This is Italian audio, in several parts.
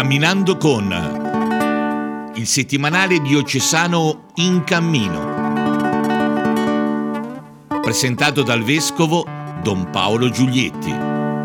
Camminando con il settimanale diocesano In Cammino, presentato dal vescovo Don Paolo Giulietti.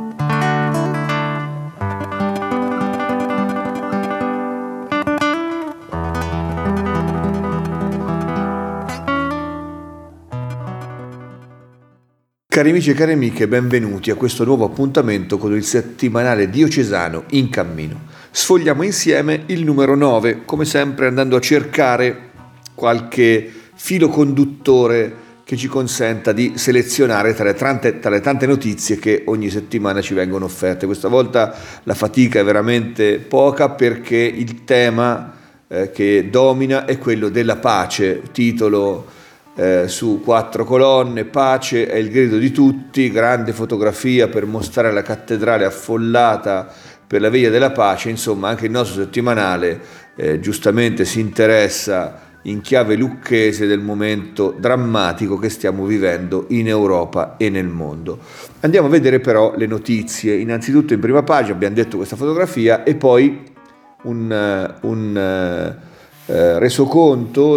Cari amici e cari amiche, benvenuti a questo nuovo appuntamento con il settimanale diocesano In Cammino. Sfogliamo insieme il numero 9, come sempre andando a cercare qualche filo conduttore che ci consenta di selezionare tra le tante notizie che ogni settimana ci vengono offerte. Questa volta la fatica è veramente poca perché il tema che domina è quello della pace, titolo su 4 colonne: pace è il grido di tutti, grande fotografia per mostrare la cattedrale affollata per la veglia della pace. Insomma, anche il nostro settimanale giustamente si interessa in chiave lucchese del momento drammatico che stiamo vivendo in Europa e nel mondo. Andiamo a vedere però le notizie. Innanzitutto in prima pagina abbiamo detto questa fotografia e poi un resoconto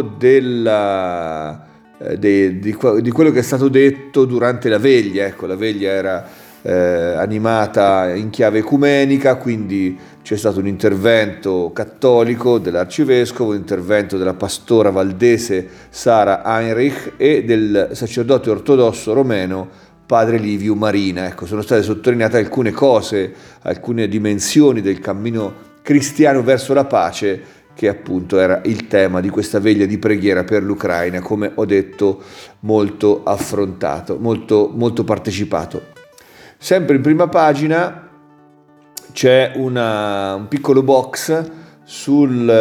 di quello che è stato detto durante la veglia. Ecco, la veglia era animata in chiave ecumenica, quindi c'è stato un intervento cattolico dell'arcivescovo, un intervento della pastora valdese Sara Heinrich e del sacerdote ortodosso romeno padre Liviu Marina. Ecco, sono state sottolineate alcune cose, alcune dimensioni del cammino cristiano verso la pace, che appunto era il tema di questa veglia di preghiera per l'Ucraina, come ho detto, molto affrontato, molto partecipato. Sempre in prima pagina c'è un piccolo box su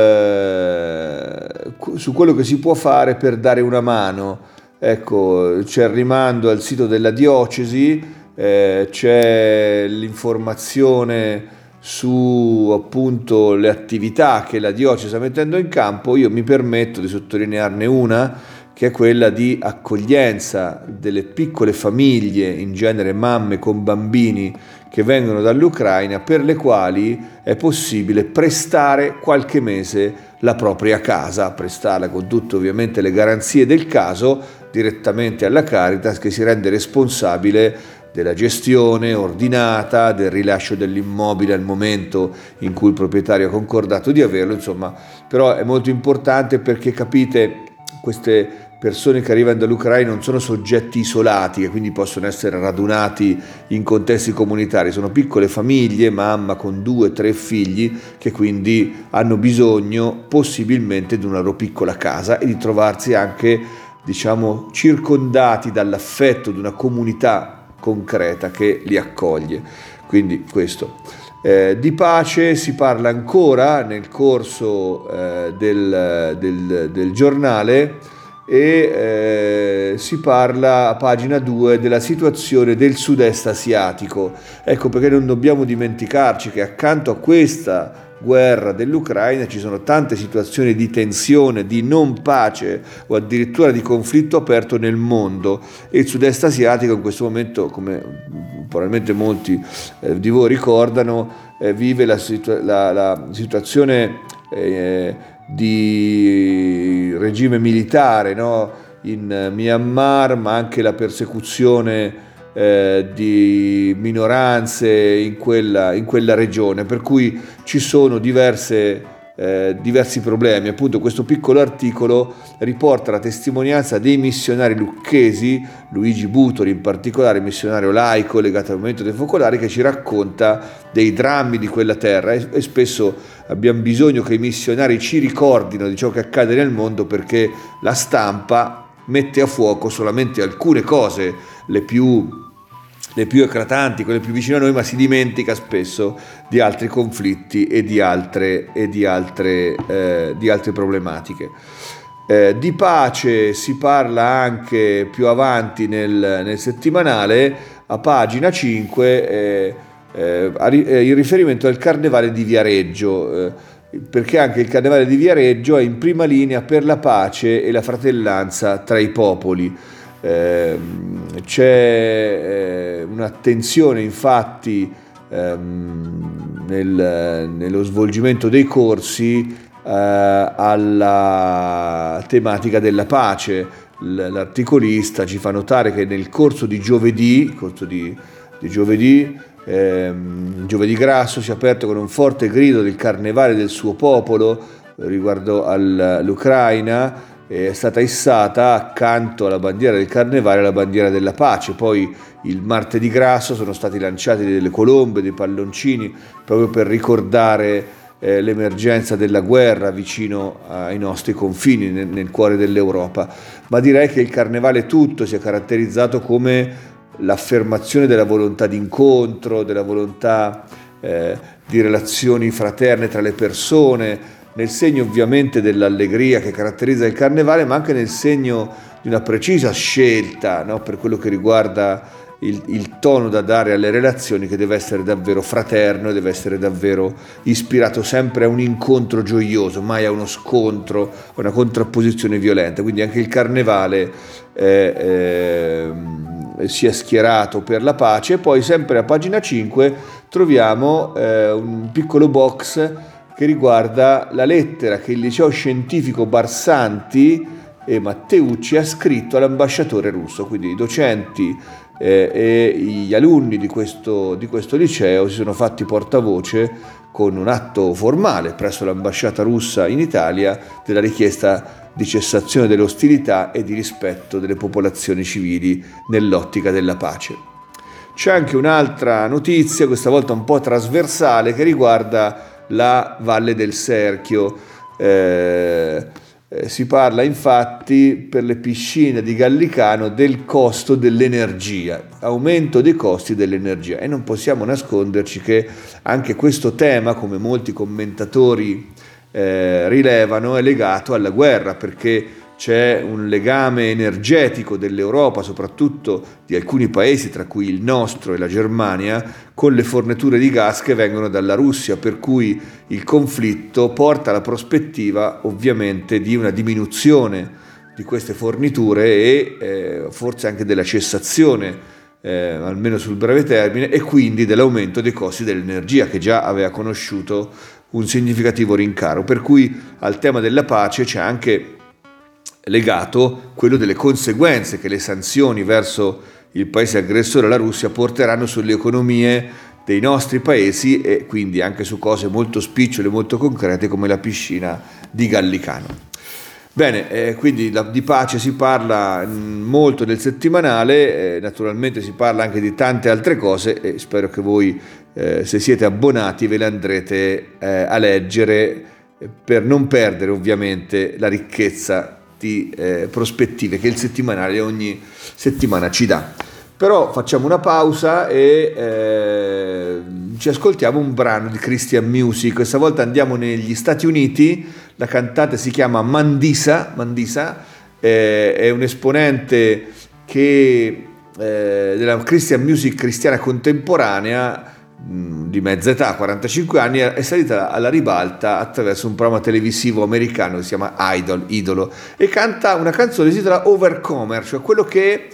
quello che si può fare per dare una mano. Ecco, c'è il rimando al sito della diocesi, c'è l'informazione su appunto le attività che la diocesi sta mettendo in campo. Io mi permetto di sottolinearne una, che è quella di accoglienza delle piccole famiglie, in genere mamme con bambini che vengono dall'Ucraina, per le quali è possibile prestare qualche mese la propria casa, prestarla con tutte ovviamente le garanzie del caso direttamente alla Caritas, che si rende responsabile della gestione ordinata, del rilascio dell'immobile al momento in cui il proprietario ha concordato di averlo. Insomma, però è molto importante perché, capite, queste persone che arrivano dall'Ucraina non sono soggetti isolati, che quindi possono essere radunati in contesti comunitari, sono piccole famiglie, mamma con 2-3 figli, che quindi hanno bisogno possibilmente di una loro piccola casa e di trovarsi anche, diciamo, circondati dall'affetto di una comunità concreta che li accoglie. Quindi questo. Di pace si parla ancora nel corso del giornale e si parla a pagina 2 della situazione del sud-est asiatico. Ecco perché non dobbiamo dimenticarci che accanto a questa guerra dell'Ucraina ci sono tante situazioni di tensione, di non pace o addirittura di conflitto aperto nel mondo, e il sud-est asiatico in questo momento, come probabilmente molti di voi ricordano, vive la situazione di regime militare, no? In Myanmar, ma anche la persecuzione di minoranze in quella regione, per cui ci sono diversi problemi. Appunto, questo piccolo articolo riporta la testimonianza dei missionari lucchesi, Luigi Butori in particolare, missionario laico legato al movimento dei focolari, che ci racconta dei drammi di quella terra e spesso abbiamo bisogno che i missionari ci ricordino di ciò che accade nel mondo, perché la stampa mette a fuoco solamente alcune cose, le più eclatanti, quelle più vicine a noi, ma si dimentica spesso di altri conflitti e di altre problematiche. Di pace si parla anche più avanti nel settimanale, a pagina 5, in riferimento al Carnevale di Viareggio, perché anche il Carnevale di Viareggio è in prima linea per la pace e la fratellanza tra i popoli. C'è un'attenzione infatti nello svolgimento dei corsi alla tematica della pace. L'articolista ci fa notare che nel corso di giovedì, giovedì grasso, si è aperto con un forte grido del carnevale del suo popolo riguardo all'Ucraina. È stata issata accanto alla bandiera del carnevale la bandiera della pace. Poi il martedì grasso sono stati lanciati delle colombe, dei palloncini, proprio per ricordare l'emergenza della guerra vicino ai nostri confini, nel cuore dell'Europa. Ma direi che il carnevale tutto si è caratterizzato come l'affermazione della volontà di incontro, della volontà di relazioni fraterne tra le persone, nel segno ovviamente dell'allegria che caratterizza il carnevale, ma anche nel segno di una precisa scelta, no? Per quello che riguarda il tono da dare alle relazioni, che deve essere davvero fraterno e deve essere davvero ispirato sempre a un incontro gioioso, mai a uno scontro, a una contrapposizione violenta. Quindi anche il carnevale si è schierato per la pace. E poi sempre a pagina 5 troviamo un piccolo box che riguarda la lettera che il liceo scientifico Barsanti e Matteucci ha scritto all'ambasciatore russo. Quindi i docenti e gli alunni di questo liceo si sono fatti portavoce con un atto formale presso l'ambasciata russa in Italia della richiesta di cessazione delle ostilità e di rispetto delle popolazioni civili nell'ottica della pace. C'è anche un'altra notizia, questa volta un po' trasversale, che riguarda la Valle del Serchio. Si parla infatti per le piscine di Gallicano del costo dell'energia, aumento dei costi dell'energia, e non possiamo nasconderci che anche questo tema, come molti commentatori rilevano, è legato alla guerra, perché c'è un legame energetico dell'Europa, soprattutto di alcuni paesi, tra cui il nostro e la Germania, con le forniture di gas che vengono dalla Russia, per cui il conflitto porta alla prospettiva ovviamente di una diminuzione di queste forniture e forse anche della cessazione, almeno sul breve termine, e quindi dell'aumento dei costi dell'energia, che già aveva conosciuto un significativo rincaro. Per cui al tema della pace c'è anche legato quello delle conseguenze che le sanzioni verso il paese aggressore, la Russia, porteranno sulle economie dei nostri paesi, e quindi anche su cose molto spicciole, molto concrete, come la piscina di Gallicano. Bene, quindi di pace si parla molto nel settimanale, naturalmente si parla anche di tante altre cose, e spero che voi, se siete abbonati, ve le andrete a leggere per non perdere ovviamente la ricchezza di prospettive che il settimanale ogni settimana ci dà. Però facciamo una pausa e ci ascoltiamo un brano di Christian Music. Questa volta andiamo negli Stati Uniti. La cantante si chiama Mandisa, è un esponente della Christian Music cristiana contemporanea, di mezza età, 45 anni, è salita alla ribalta attraverso un programma televisivo americano che si chiama Idolo, e canta una canzone che si intitola Overcomer, cioè quello che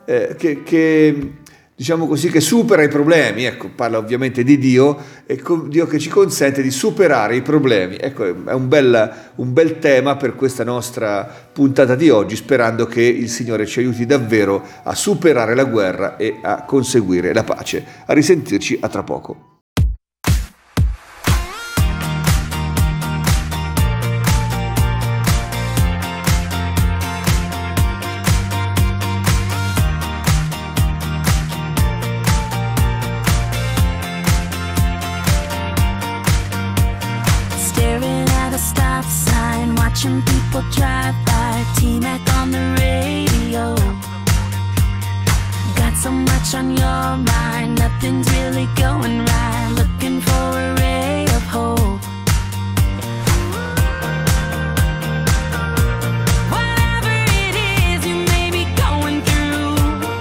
diciamo così, che supera i problemi. Ecco, parla ovviamente di Dio, e Dio che ci consente di superare i problemi. Ecco, è un bel tema per questa nostra puntata di oggi, sperando che il Signore ci aiuti davvero a superare la guerra e a conseguire la pace. A risentirci a tra poco. Watching people drive by, T-Mac on the radio. Got so much on your mind, nothing's really going right. Looking for a ray of hope. Whatever it is you may be going through,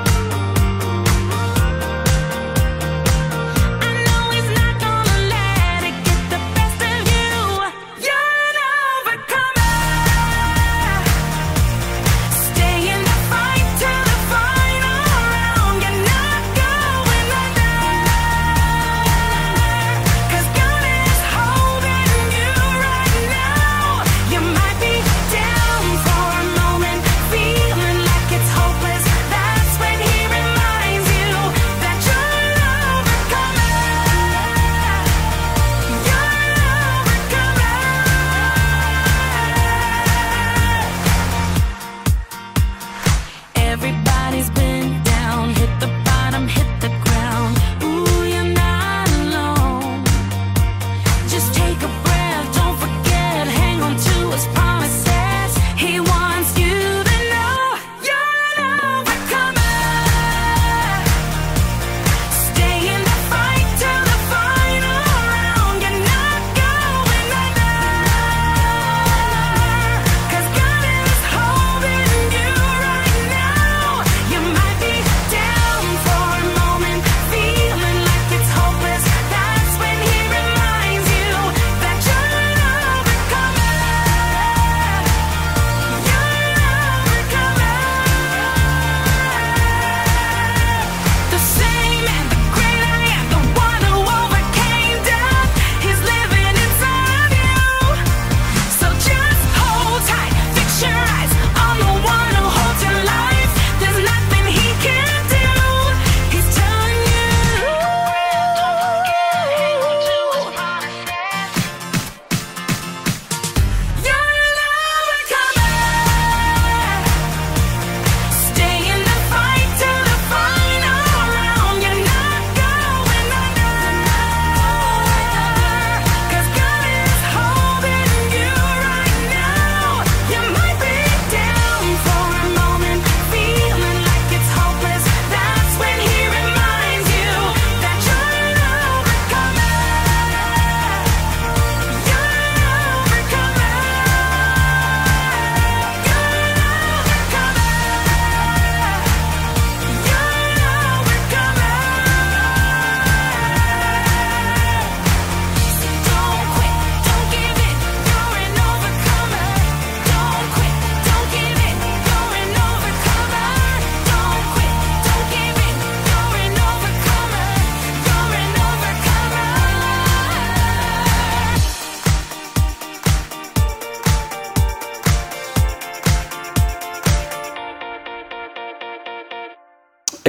I know He's not gonna let it get the best of you. You're an overcomer. Stay in the fight till the final round. You're not going under.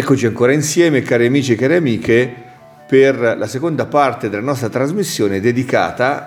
Eccoci ancora insieme, cari amici e cari amiche, per la seconda parte della nostra trasmissione dedicata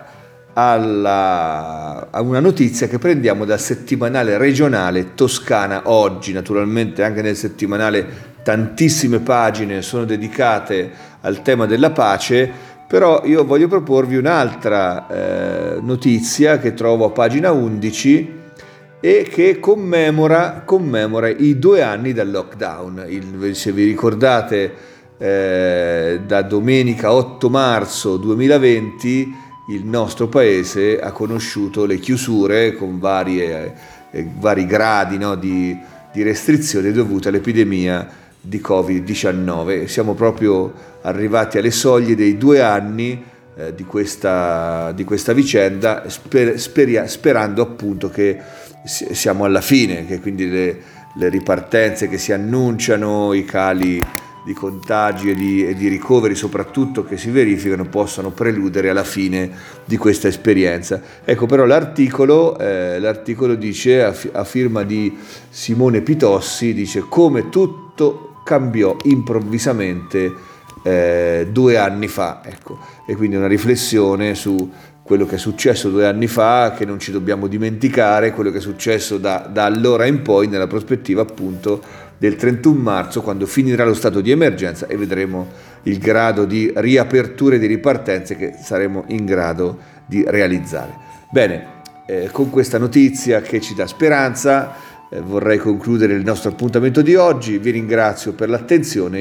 a una notizia che prendiamo dal settimanale regionale Toscana Oggi. Naturalmente anche nel settimanale tantissime pagine sono dedicate al tema della pace, però io voglio proporvi un'altra notizia che trovo a pagina 11 e che commemora i 2 anni dal lockdown. Se vi ricordate, da domenica 8 marzo 2020 il nostro paese ha conosciuto le chiusure con vari gradi, no, di restrizione dovute all'epidemia di Covid-19. Siamo proprio arrivati alle soglie dei 2 anni di questa vicenda, sperando appunto che siamo alla fine, che quindi le ripartenze che si annunciano, i cali di contagi e di ricoveri soprattutto che si verificano, possano preludere alla fine di questa esperienza. Ecco, però l'articolo dice, a firma di Simone Pitossi, dice come tutto cambiò improvvisamente 2 anni fa, ecco, e quindi una riflessione su quello che è successo 2 anni fa, che non ci dobbiamo dimenticare, quello che è successo da allora in poi, nella prospettiva appunto del 31 marzo, quando finirà lo stato di emergenza e vedremo il grado di riaperture e di ripartenze che saremo in grado di realizzare. Bene, con questa notizia che ci dà speranza, vorrei concludere il nostro appuntamento di oggi. Vi ringrazio per l'attenzione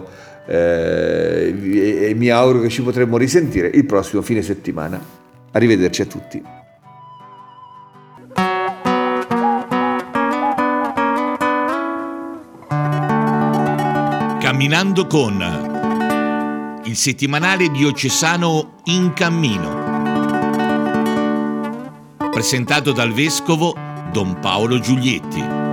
e mi auguro che ci potremo risentire il prossimo fine settimana. Arrivederci a tutti. Camminando con il settimanale diocesano In Cammino, presentato dal vescovo Don Paolo Giulietti.